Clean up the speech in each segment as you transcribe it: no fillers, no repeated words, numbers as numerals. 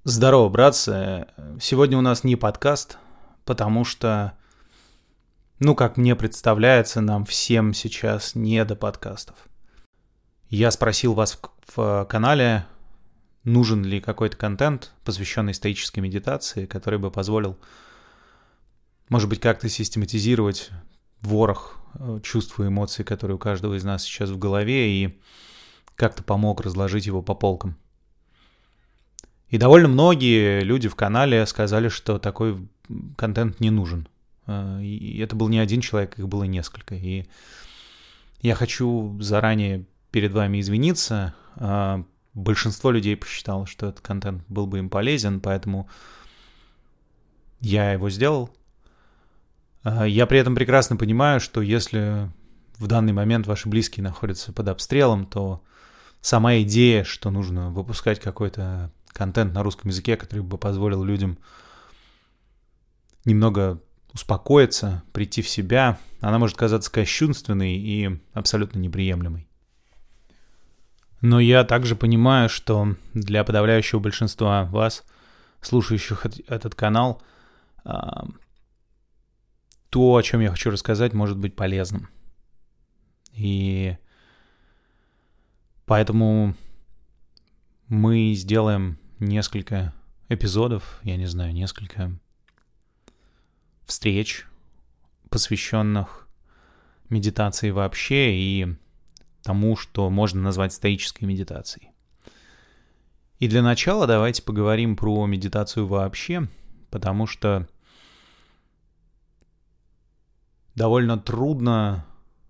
Здорово, братцы. Сегодня у нас не подкаст, потому что, как мне представляется, нам всем сейчас не до подкастов. Я спросил вас в канале, нужен ли какой-то контент, посвященный стоической медитации, который бы позволил, может быть, как-то систематизировать ворох чувств и эмоций, которые у каждого из нас сейчас в голове, и как-то помог разложить его по полкам. И довольно многие люди в канале сказали, что такой контент не нужен. И это был не один человек, их было несколько. И я хочу заранее перед вами извиниться. Большинство людей посчитало, что этот контент был бы им полезен, поэтому я его сделал. Я при этом прекрасно понимаю, что если в данный момент ваши близкие находятся под обстрелом, то сама идея, что нужно выпускать какой-то контент на русском языке, который бы позволил людям немного успокоиться, прийти в себя, она может казаться кощунственной и абсолютно неприемлемой. Но я также понимаю, что для подавляющего большинства вас, слушающих этот канал, то, о чем я хочу рассказать, может быть полезным. И поэтому мы сделаем несколько эпизодов, несколько встреч, посвященных медитации вообще и тому, что можно назвать стоической медитацией. И для начала давайте поговорим про медитацию вообще, потому что довольно трудно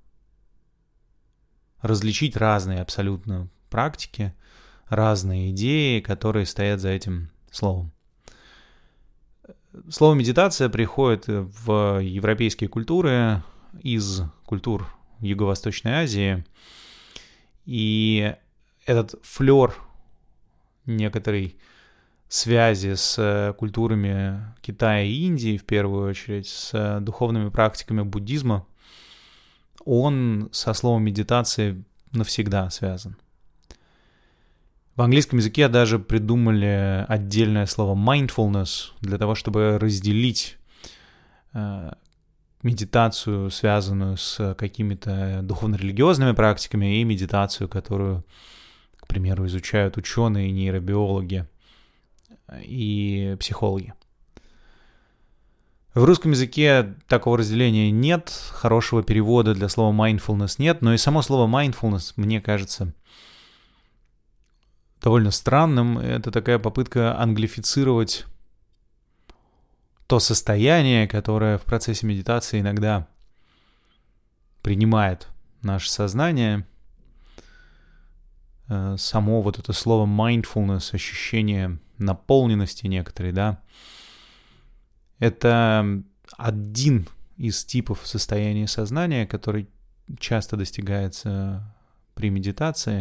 различить разные абсолютно практики, разные идеи, которые стоят за этим словом. Слово «медитация» приходит в европейские культуры из культур Юго-Восточной Азии, и этот флёр некоторой связи с культурами Китая и Индии, в первую очередь, с духовными практиками буддизма, он со словом «медитация» навсегда связан. В английском языке даже придумали отдельное слово mindfulness для того, чтобы разделить медитацию, связанную с какими-то духовно-религиозными практиками, и медитацию, которую, к примеру, изучают ученые, нейробиологи и психологи. В русском языке такого разделения нет, хорошего перевода для слова mindfulness нет, но и само слово mindfulness, мне кажется, довольно странным. Это такая попытка англифицировать то состояние, которое в процессе медитации иногда принимает наше сознание. Само вот это слово mindfulness, ощущение наполненности некоторой, да, это один из типов состояния сознания, который часто достигается при медитации.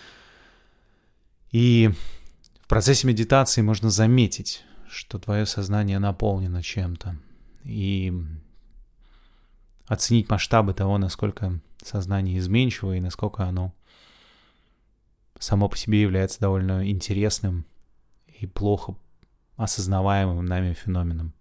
И в процессе медитации можно заметить, что твое сознание наполнено чем-то, и оценить масштабы того, насколько сознание изменчиво и насколько оно само по себе является довольно интересным и плохо осознаваемым нами феноменом.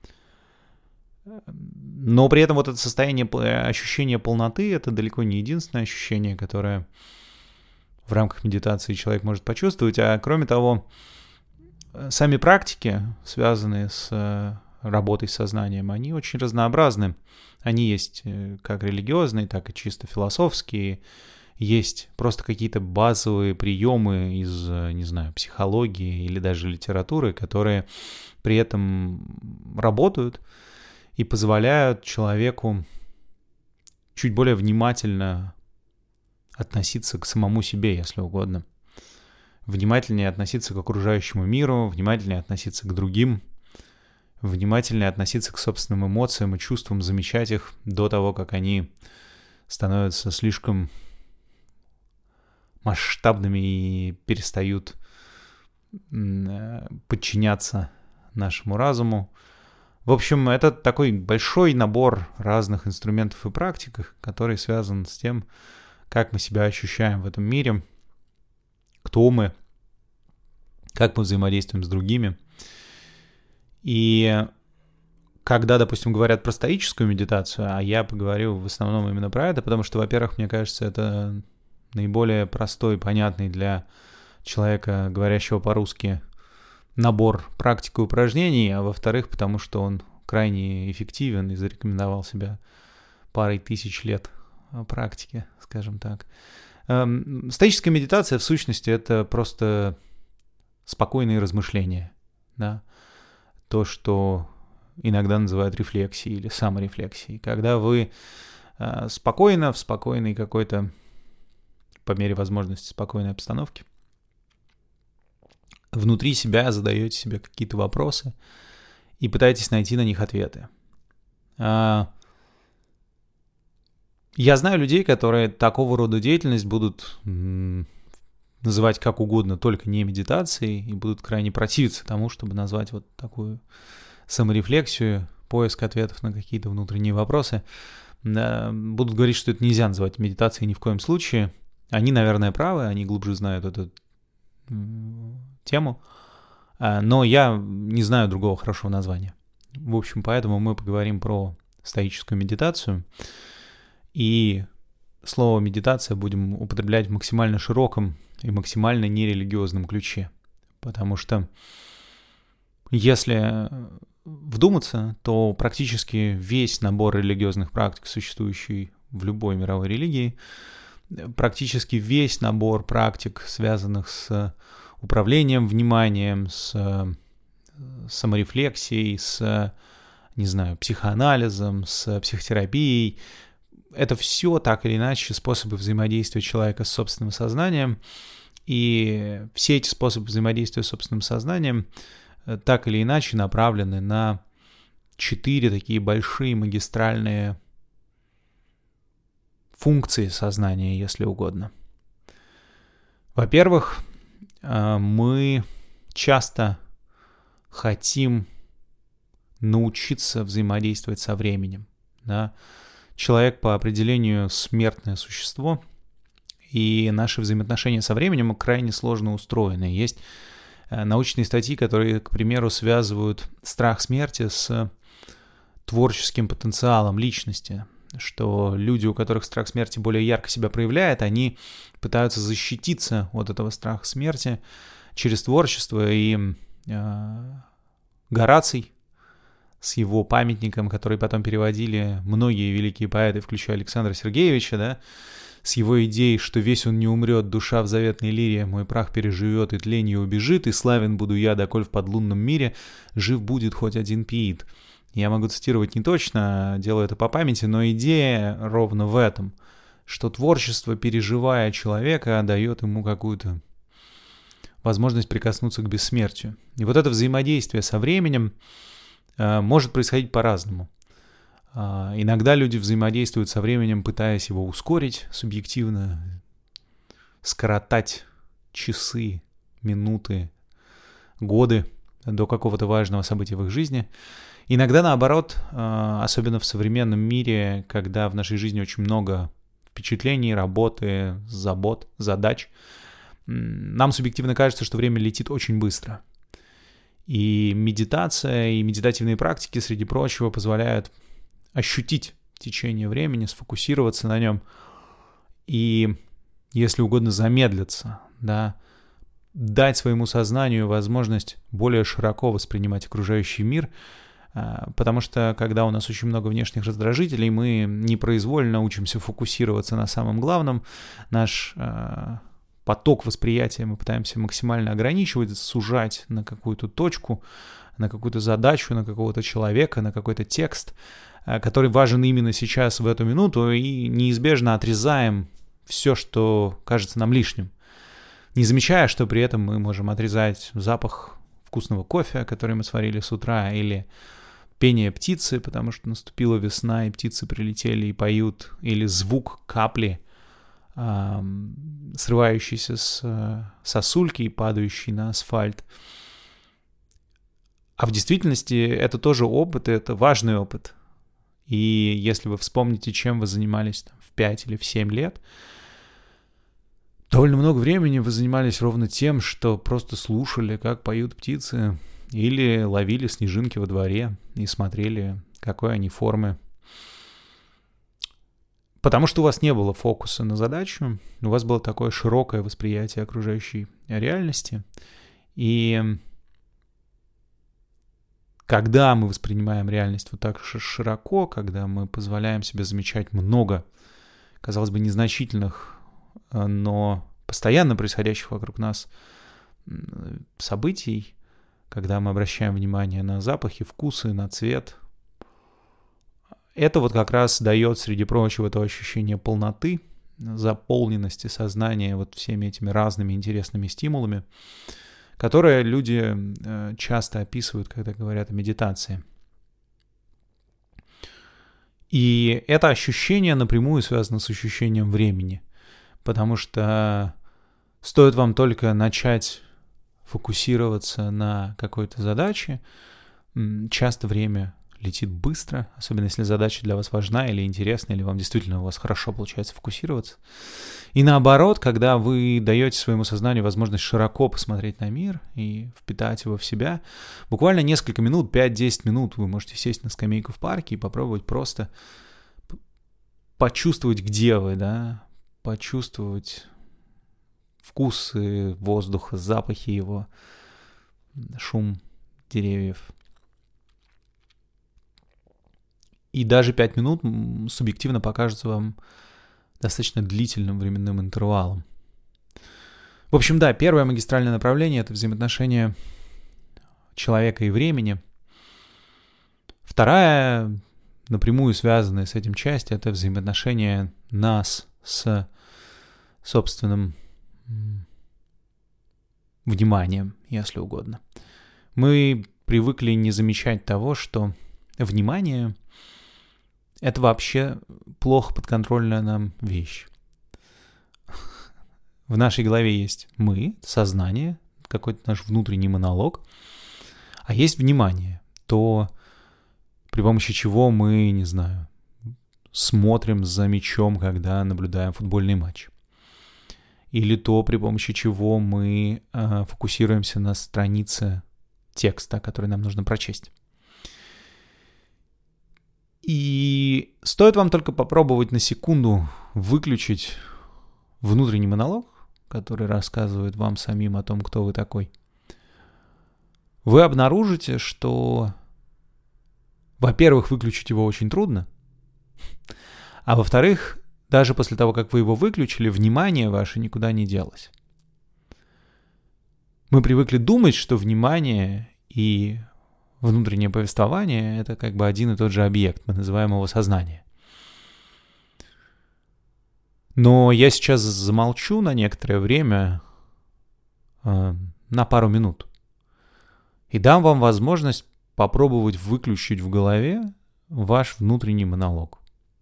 Но при этом вот это состояние, ощущение полноты, это далеко не единственное ощущение, которое в рамках медитации человек может почувствовать. А кроме того, сами практики, связанные с работой с сознанием, они очень разнообразны. Они есть как религиозные, так и чисто философские. Есть просто какие-то базовые приемы из, психологии или даже литературы, которые при этом работают и позволяют человеку чуть более внимательно относиться к самому себе, если угодно. Внимательнее относиться к окружающему миру, внимательнее относиться к другим, внимательнее относиться к собственным эмоциям и чувствам, замечать их до того, как они становятся слишком масштабными и перестают подчиняться нашему разуму. В общем, это такой большой набор разных инструментов и практик, который связан с тем, как мы себя ощущаем в этом мире, кто мы, как мы взаимодействуем с другими. И когда, допустим, говорят про стоическую медитацию, а я поговорю в основном именно про это, потому что, во-первых, мне кажется, это наиболее простой, понятный для человека, говорящего по-русски, набор практик и упражнений, а во-вторых, потому что он крайне эффективен и зарекомендовал себя парой тысяч лет практики, скажем так. Стоическая медитация, в сущности, это просто спокойные размышления, да, то, что иногда называют рефлексией или саморефлексией, когда вы спокойно, в спокойной какой-то, по мере возможности, спокойной обстановке, внутри себя задаете себе какие-то вопросы и пытаетесь найти на них ответы. Я знаю людей, которые такого рода деятельность будут называть как угодно, только не медитацией, и будут крайне противиться тому, чтобы назвать вот такую саморефлексию, поиск ответов на какие-то внутренние вопросы. Будут говорить, что это нельзя называть медитацией ни в коем случае. Они, наверное, правы, они глубже знают эту тему, но я не знаю другого хорошего названия. В общем, поэтому мы поговорим про стоическую медитацию. И слово «медитация» будем употреблять в максимально широком и максимально нерелигиозном ключе. Потому что если вдуматься, то практически весь набор религиозных практик, существующий в любой мировой религии, практически весь набор практик, связанных с управлением вниманием, с саморефлексией, с, не знаю, психоанализом, с психотерапией, это все так или иначе способы взаимодействия человека с собственным сознанием, и все эти способы взаимодействия с собственным сознанием так или иначе направлены на 4 такие большие магистральные функции сознания, если угодно. Во-первых, мы часто хотим научиться взаимодействовать со временем, да? Человек по определению смертное существо, и наши взаимоотношения со временем крайне сложно устроены. Есть научные статьи, которые, к примеру, связывают страх смерти с творческим потенциалом личности, что люди, у которых страх смерти более ярко себя проявляет, они пытаются защититься от этого страха смерти через творчество, и Гораций с его памятником, который потом переводили многие великие поэты, включая Александра Сергеевича, да, с его идеей, что весь он не умрет, душа в заветной лире, мой прах переживет и тленью убежит, и славен буду я, доколь в подлунном мире жив будет хоть один пиит. Я могу цитировать не точно, делаю это по памяти, но идея ровно в этом, что творчество, переживая человека, дает ему какую-то возможность прикоснуться к бессмертию. И вот это взаимодействие со временем может происходить по-разному. Иногда люди взаимодействуют со временем, пытаясь его ускорить субъективно, скоротать часы, минуты, годы до какого-то важного события в их жизни. Иногда наоборот, особенно в современном мире, когда в нашей жизни очень много впечатлений, работы, забот, задач, нам субъективно кажется, что время летит очень быстро. И медитация, и медитативные практики, среди прочего, позволяют ощутить течение времени, сфокусироваться на нем и, если угодно, замедлиться, да, дать своему сознанию возможность более широко воспринимать окружающий мир, потому что, когда у нас очень много внешних раздражителей, мы непроизвольно учимся фокусироваться на самом главном, наш поток восприятия мы пытаемся максимально ограничивать, сужать на какую-то точку, на какую-то задачу, на какого-то человека, на какой-то текст, который важен именно сейчас, в эту минуту, и неизбежно отрезаем все, что кажется нам лишним, не замечая, что при этом мы можем отрезать запах вкусного кофе, который мы сварили с утра, или пение птицы, потому что наступила весна, и птицы прилетели и поют, или звук капли, срывающийся с сосульки и падающий на асфальт. А в действительности это тоже опыт, и это важный опыт. И если вы вспомните, чем вы занимались в 5 или в 7 лет, довольно много времени вы занимались ровно тем, что просто слушали, как поют птицы, или ловили снежинки во дворе и смотрели, какой они формы. Потому что у вас не было фокуса на задачу, у вас было такое широкое восприятие окружающей реальности. И когда мы воспринимаем реальность вот так широко, когда мы позволяем себе замечать много, казалось бы, незначительных, но постоянно происходящих вокруг нас событий, когда мы обращаем внимание на запахи, вкусы, на цвет, это вот как раз дает, среди прочего, это ощущение полноты, заполненности сознания вот всеми этими разными интересными стимулами, которые люди часто описывают, когда говорят о медитации. И это ощущение напрямую связано с ощущением времени, потому что стоит вам только начать фокусироваться на какой-то задаче, часто время летит быстро, особенно если задача для вас важна или интересна, или вам действительно у вас хорошо получается фокусироваться. И наоборот, когда вы даете своему сознанию возможность широко посмотреть на мир и впитать его в себя, буквально несколько минут, 5-10 минут вы можете сесть на скамейку в парке и попробовать просто почувствовать, где вы, да, почувствовать вкусы воздуха, запахи его, шум деревьев. И даже 5 минут субъективно покажется вам достаточно длительным временным интервалом. В общем, да, первое магистральное направление — это взаимоотношения человека и времени. Вторая, напрямую связанная с этим часть, это взаимоотношения нас с собственным вниманием, если угодно. Мы привыкли не замечать того, что внимание — это вообще плохо подконтрольная нам вещь. В нашей голове есть мы, сознание, какой-то наш внутренний монолог, а есть внимание, то, при помощи чего мы, не знаю, смотрим за мячом, когда наблюдаем футбольный матч. Или то, при помощи чего мы фокусируемся на странице текста, который нам нужно прочесть. И стоит вам только попробовать на секунду выключить внутренний монолог, который рассказывает вам самим о том, кто вы такой. Вы обнаружите, что, во-первых, выключить его очень трудно, а во-вторых, даже после того, как вы его выключили, внимание ваше никуда не делось. Мы привыкли думать, что внимание и внутреннее повествование — это как бы один и тот же объект, мы называем его сознание. Но я сейчас замолчу на некоторое время, на пару минут, и дам вам возможность попробовать выключить в голове ваш внутренний монолог.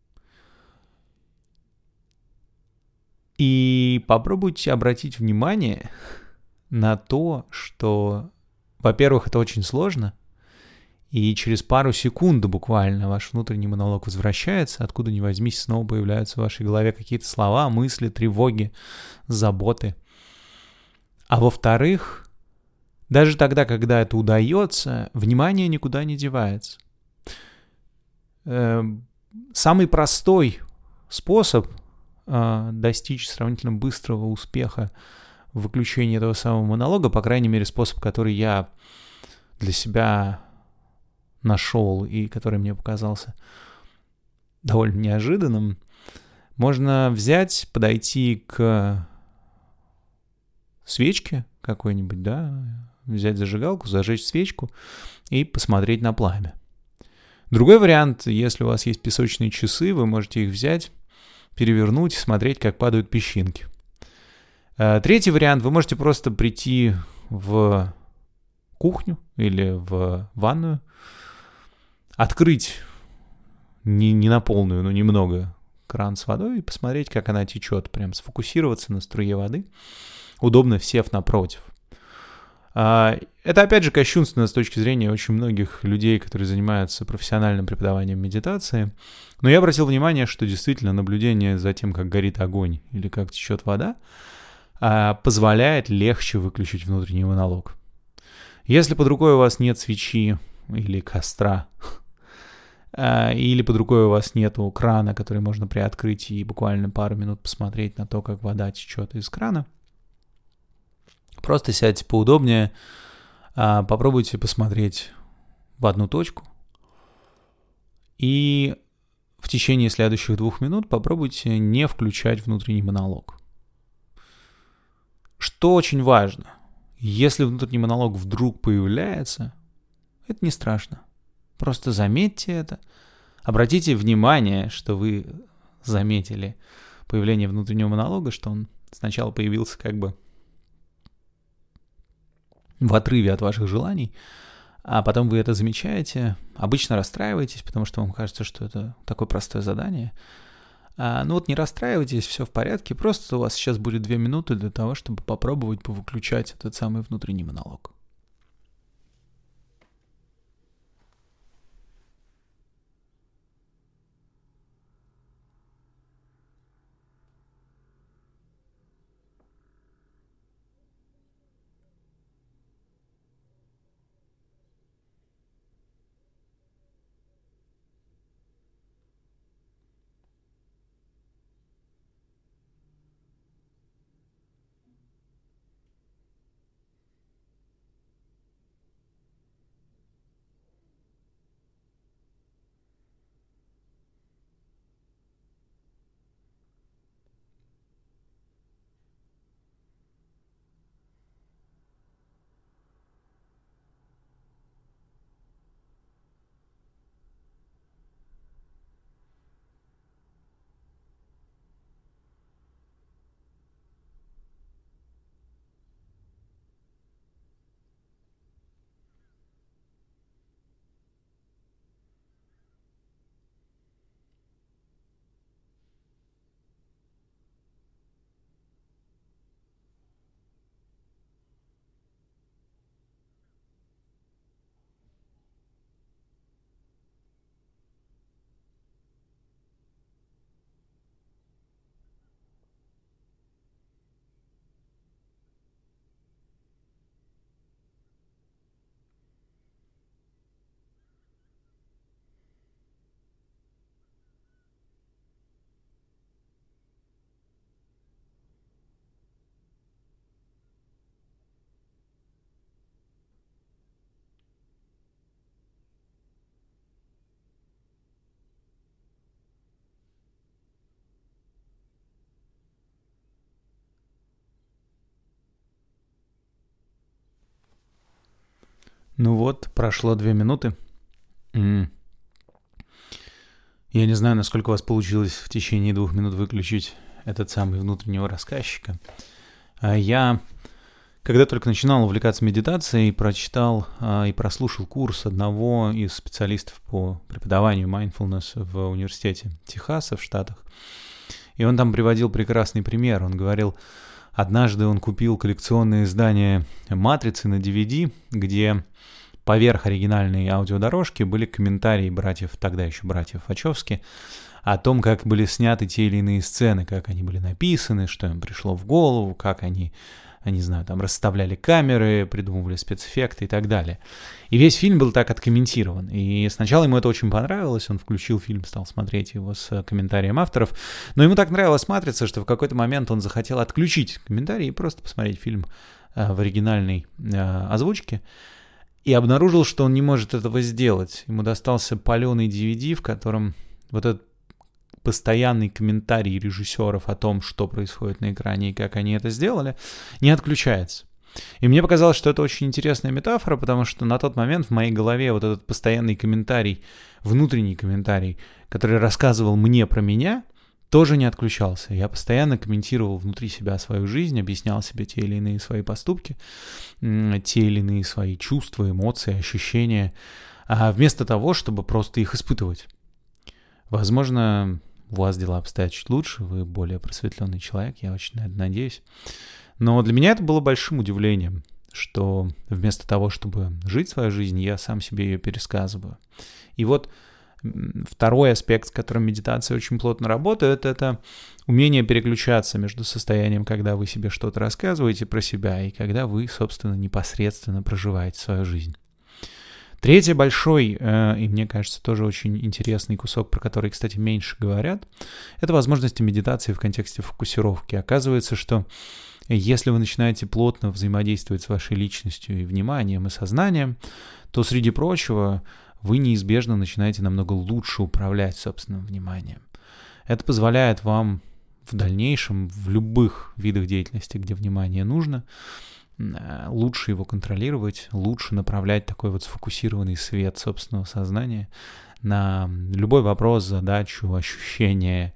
И попробуйте обратить внимание на то, что, во-первых, это очень сложно, и через пару секунд буквально ваш внутренний монолог возвращается, откуда ни возьмись, снова появляются в вашей голове какие-то слова, мысли, тревоги, заботы. А во-вторых, даже тогда, когда это удается, внимание никуда не девается. Самый простой способ достичь сравнительно быстрого успеха в выключении этого самого монолога, по крайней мере, способ, который я для себя нашел и который мне показался довольно неожиданным, можно взять, подойти к свечке какой-нибудь, да, взять зажигалку, зажечь свечку и посмотреть на пламя. Другой вариант, если у вас есть песочные часы, вы можете их взять, перевернуть, смотреть, как падают песчинки. Третий вариант, вы можете просто прийти в кухню или в ванную, открыть не на полную, но немного кран с водой и посмотреть, как она течет, прям сфокусироваться на струе воды, удобно сев напротив. Это, опять же, кощунственно с точки зрения очень многих людей, которые занимаются профессиональным преподаванием медитации. Но я обратил внимание, что действительно наблюдение за тем, как горит огонь или как течет вода, позволяет легче выключить внутренний монолог. Если под рукой у вас нет свечи или костра, или под рукой у вас нету крана, который можно приоткрыть и буквально пару минут посмотреть на то, как вода течет из крана, просто сядьте поудобнее, попробуйте посмотреть в одну точку и в течение следующих 2 минут попробуйте не включать внутренний монолог. Что очень важно, если внутренний монолог вдруг появляется, это не страшно. Просто заметьте это. Обратите внимание, что вы заметили появление внутреннего монолога, что он сначала появился как бы в отрыве от ваших желаний, а потом вы это замечаете. Обычно расстраиваетесь, потому что вам кажется, что это такое простое задание. Ну вот не расстраивайтесь, все в порядке. Просто у вас сейчас будет 2 минуты для того, чтобы попробовать повыключать этот самый внутренний монолог. Ну вот, прошло 2 минуты. Я не знаю, насколько у вас получилось в течение 2 минут выключить этот самый внутреннего рассказчика. Я, когда только начинал увлекаться медитацией, прочитал и прослушал курс одного из специалистов по преподаванию mindfulness в университете Техаса в Штатах. И он там приводил прекрасный пример. Он говорил, однажды он купил коллекционное издание «Матрицы» на DVD, где поверх оригинальной аудиодорожки были комментарии тогда еще братьев Вачовски, о том, как были сняты те или иные сцены, как они были написаны, что им пришло в голову, как они, не знаю, там расставляли камеры, придумывали спецэффекты и так далее. И весь фильм был так откомментирован. И сначала ему это очень понравилось, он включил фильм, стал смотреть его с комментарием авторов, но ему так нравилась «Матрица», что в какой-то момент он захотел отключить комментарии и просто посмотреть фильм в оригинальной озвучке. И обнаружил, что он не может этого сделать. Ему достался паленый DVD, в котором вот этот постоянный комментарий режиссеров о том, что происходит на экране и как они это сделали, не отключается. И мне показалось, что это очень интересная метафора, потому что на тот момент в моей голове вот этот постоянный комментарий, внутренний комментарий, который рассказывал мне про меня, тоже не отключался. Я постоянно комментировал внутри себя свою жизнь, объяснял себе те или иные свои поступки, те или иные свои чувства, эмоции, ощущения, вместо того, чтобы просто их испытывать. Возможно, у вас дела обстоят чуть лучше, вы более просветленный человек, я очень на это надеюсь. Но для меня это было большим удивлением, что вместо того, чтобы жить свою жизнь, я сам себе ее пересказываю. И вот Второй аспект, с которым медитация очень плотно работает, это умение переключаться между состоянием, когда вы себе что-то рассказываете про себя, и когда вы, собственно, непосредственно проживаете свою жизнь. Третий большой, и мне кажется, тоже очень интересный кусок, про который, кстати, меньше говорят, это возможности медитации в контексте фокусировки. Оказывается, что если вы начинаете плотно взаимодействовать с вашей личностью и вниманием, и сознанием, то, среди прочего, вы неизбежно начинаете намного лучше управлять собственным вниманием. Это позволяет вам в дальнейшем, в любых видах деятельности, где внимание нужно, лучше его контролировать, лучше направлять такой вот сфокусированный свет собственного сознания на любой вопрос, задачу, ощущение,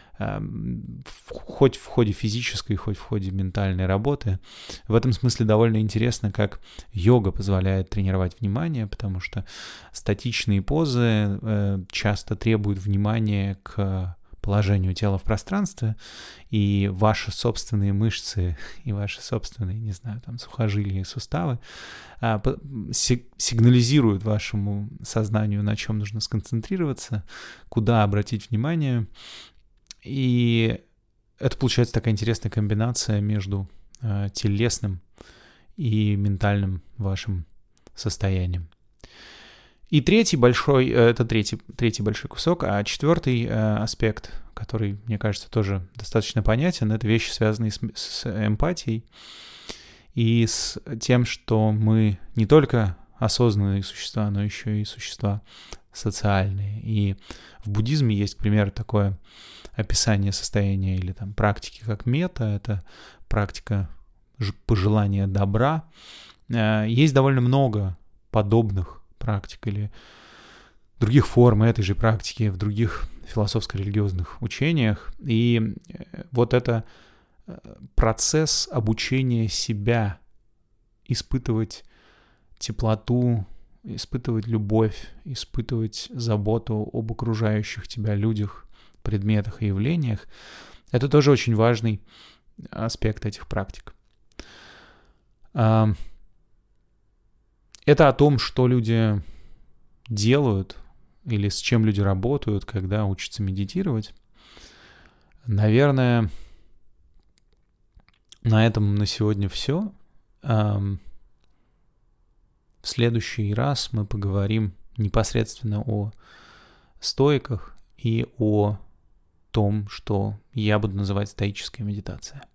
хоть в ходе физической, хоть в ходе ментальной работы. В этом смысле довольно интересно, как йога позволяет тренировать внимание, потому что статичные позы часто требуют внимания к положению тела в пространстве, и ваши собственные мышцы и ваши собственные, не знаю, там, сухожилия и суставы сигнализируют вашему сознанию, на чем нужно сконцентрироваться, куда обратить внимание, и это получается такая интересная комбинация между телесным и ментальным вашим состоянием. И третий большой кусок, а четвертый аспект, который, мне кажется, тоже достаточно понятен, это вещи, связанные с эмпатией и с тем, что мы не только осознанные существа, но еще и существа социальные. И в буддизме есть, к примеру, такое описание состояния или там практики как мета, это практика пожелания добра. Есть довольно много подобных практик или других форм этой же практики в других философско-религиозных учениях. И вот это процесс обучения себя испытывать теплоту, испытывать любовь, испытывать заботу об окружающих тебя людях, предметах и явлениях. Это тоже очень важный аспект этих практик. Это о том, что люди делают или с чем люди работают, когда учатся медитировать. Наверное, на этом на сегодня все. В следующий раз мы поговорим непосредственно о стоиках и о том, что я буду называть стоическая медитация.